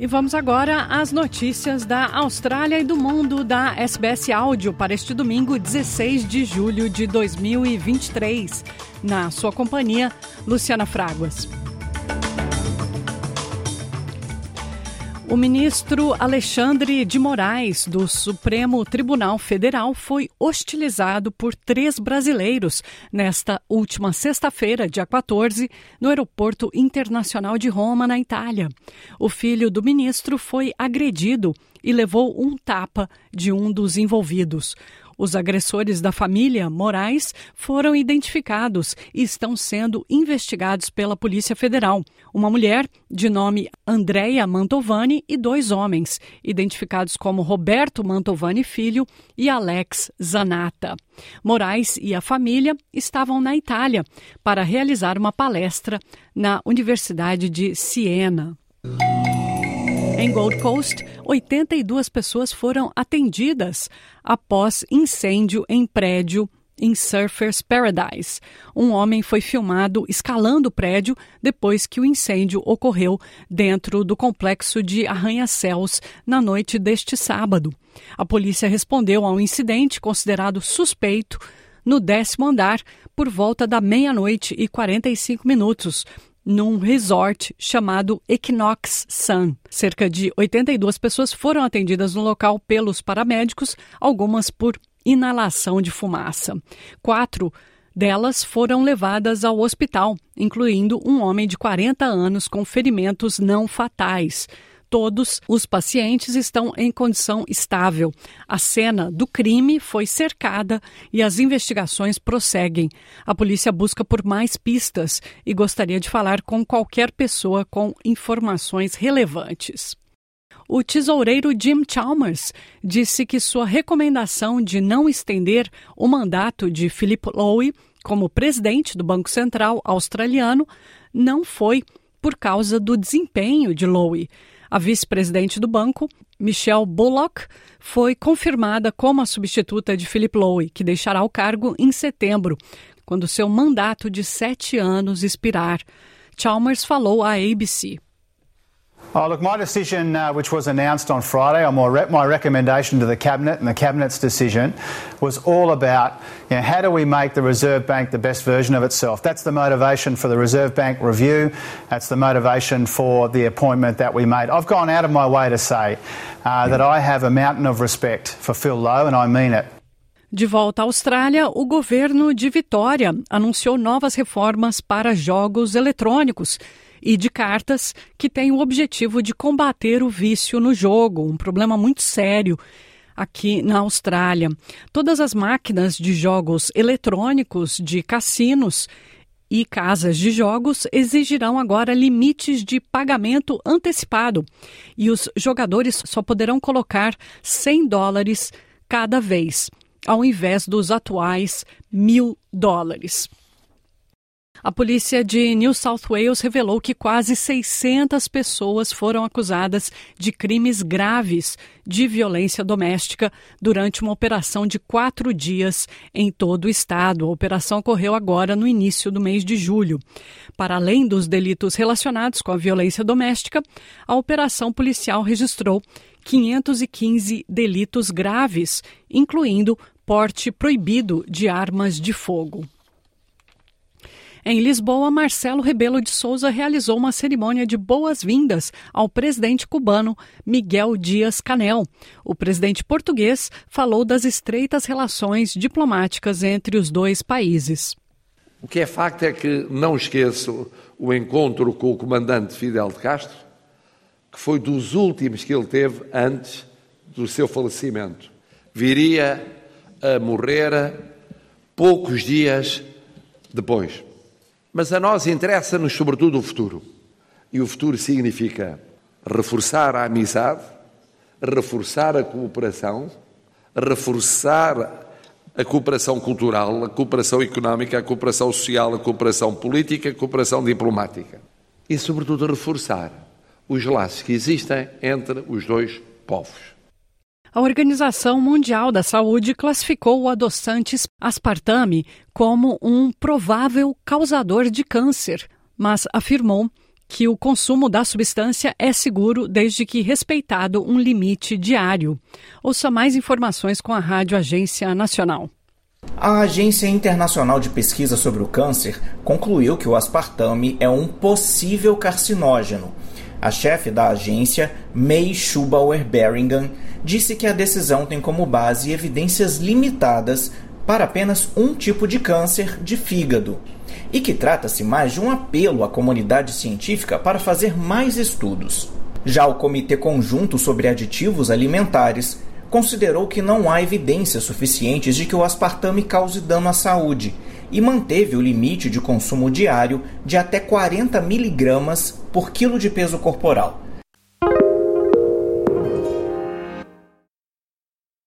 E vamos agora às notícias da Austrália e do mundo da SBS Áudio para este domingo, 16 de julho de 2023. Na sua companhia, Luciana Fraguas. O ministro Alexandre de Moraes, do Supremo Tribunal Federal, foi hostilizado por 3 brasileiros nesta última sexta-feira, dia 14, no Aeroporto Internacional de Roma, na Itália. O filho do ministro foi agredido e levou um tapa de um dos envolvidos. Os agressores da família Moraes foram identificados e estão sendo investigados pela Polícia Federal. Uma mulher de nome Andrea Mantovani e 2 homens, identificados como Roberto Mantovani Filho e Alex Zanata. Moraes e a família estavam na Itália para realizar uma palestra na Universidade de Siena. Em Gold Coast, 82 pessoas foram atendidas após incêndio em prédio em Surfers Paradise. Um homem foi filmado escalando o prédio depois que o incêndio ocorreu dentro do complexo de arranha-céus na noite deste sábado. A polícia respondeu ao incidente considerado suspeito no 10º andar por volta da 00:45, num resort chamado Equinox Sun. Cerca de 82 pessoas foram atendidas no local pelos paramédicos, algumas por inalação de fumaça. 4 delas foram levadas ao hospital, incluindo um homem de 40 anos com ferimentos não fatais. Todos os pacientes estão em condição estável. A cena do crime foi cercada e as investigações prosseguem. A polícia busca por mais pistas e gostaria de falar com qualquer pessoa com informações relevantes. O tesoureiro Jim Chalmers disse que sua recomendação de não estender o mandato de Philip Lowe como presidente do Banco Central australiano não foi por causa do desempenho de Lowe. A vice-presidente do banco, Michelle Bullock, foi confirmada como a substituta de Philip Lowe, que deixará o cargo em setembro, quando seu mandato de 7 anos expirar. Chalmers falou à ABC. Oh, look, my decision, which was announced on Friday, or my recommendation to the Cabinet and the Cabinet's decision was all about, how do we make the Reserve Bank the best version of itself? That's the motivation for the Reserve Bank review. That's the motivation for the appointment that we made. I've gone out of my way to say that I have a mountain of respect for Phil Lowe, and I mean it. De volta à Austrália, o governo de Vitória anunciou novas reformas para jogos eletrônicos e de cartas que têm o objetivo de combater o vício no jogo, um problema muito sério aqui na Austrália. Todas as máquinas de jogos eletrônicos de cassinos e casas de jogos exigirão agora limites de pagamento antecipado e os jogadores só poderão colocar $100 cada vez, ao invés dos atuais $1.000. A polícia de New South Wales revelou que quase 600 pessoas foram acusadas de crimes graves de violência doméstica durante uma operação de 4 dias em todo o estado. A operação ocorreu agora no início do mês de julho. Para além dos delitos relacionados com a violência doméstica, a operação policial registrou 515 delitos graves, incluindo porte proibido de armas de fogo. Em Lisboa, Marcelo Rebelo de Sousa realizou uma cerimônia de boas-vindas ao presidente cubano Miguel Díaz-Canel. O presidente português falou das estreitas relações diplomáticas entre os dois países. O que é facto é que não esqueço o encontro com o comandante Fidel de Castro, que foi dos últimos que ele teve antes do seu falecimento. Viria a morrer poucos dias depois. Mas a nós interessa-nos sobretudo o futuro. E o futuro significa reforçar a amizade, reforçar a cooperação, reforçar a cooperação cultural, a cooperação económica, a cooperação social, a cooperação política, a cooperação diplomática. E, sobretudo, reforçar os laços que existem entre os dois povos. A Organização Mundial da Saúde classificou o adoçante aspartame como um provável causador de câncer, mas afirmou que o consumo da substância é seguro desde que respeitado um limite diário. Ouça mais informações com a Rádio Agência Nacional. A Agência Internacional de Pesquisa sobre o Câncer concluiu que o aspartame é um possível carcinógeno. A chefe da agência, May Schubauer-Berringham, disse que a decisão tem como base evidências limitadas para apenas um tipo de câncer de fígado e que trata-se mais de um apelo à comunidade científica para fazer mais estudos. Já o Comitê Conjunto sobre Aditivos Alimentares considerou que não há evidências suficientes de que o aspartame cause dano à saúde e manteve o limite de consumo diário de até 40 miligramas por quilo de peso corporal.